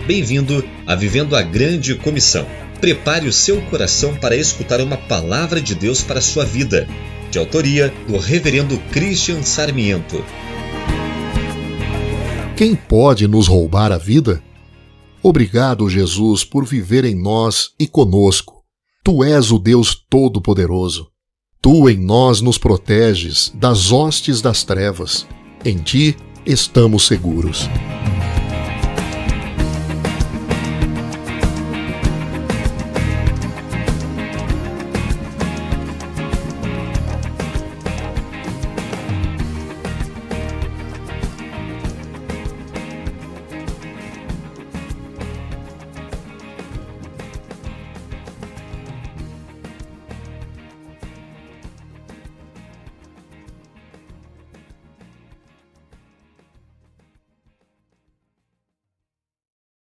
Bem-vindo a Vivendo a Grande Comissão. Prepare o seu coração para escutar uma palavra de Deus para a sua vida, de autoria do Reverendo Christian Sarmiento. Quem pode nos roubar a vida? Obrigado, Jesus, por viver em nós e conosco. Tu és o Deus Todo-Poderoso. Tu em nós nos proteges das hostes das trevas. Em Ti estamos seguros.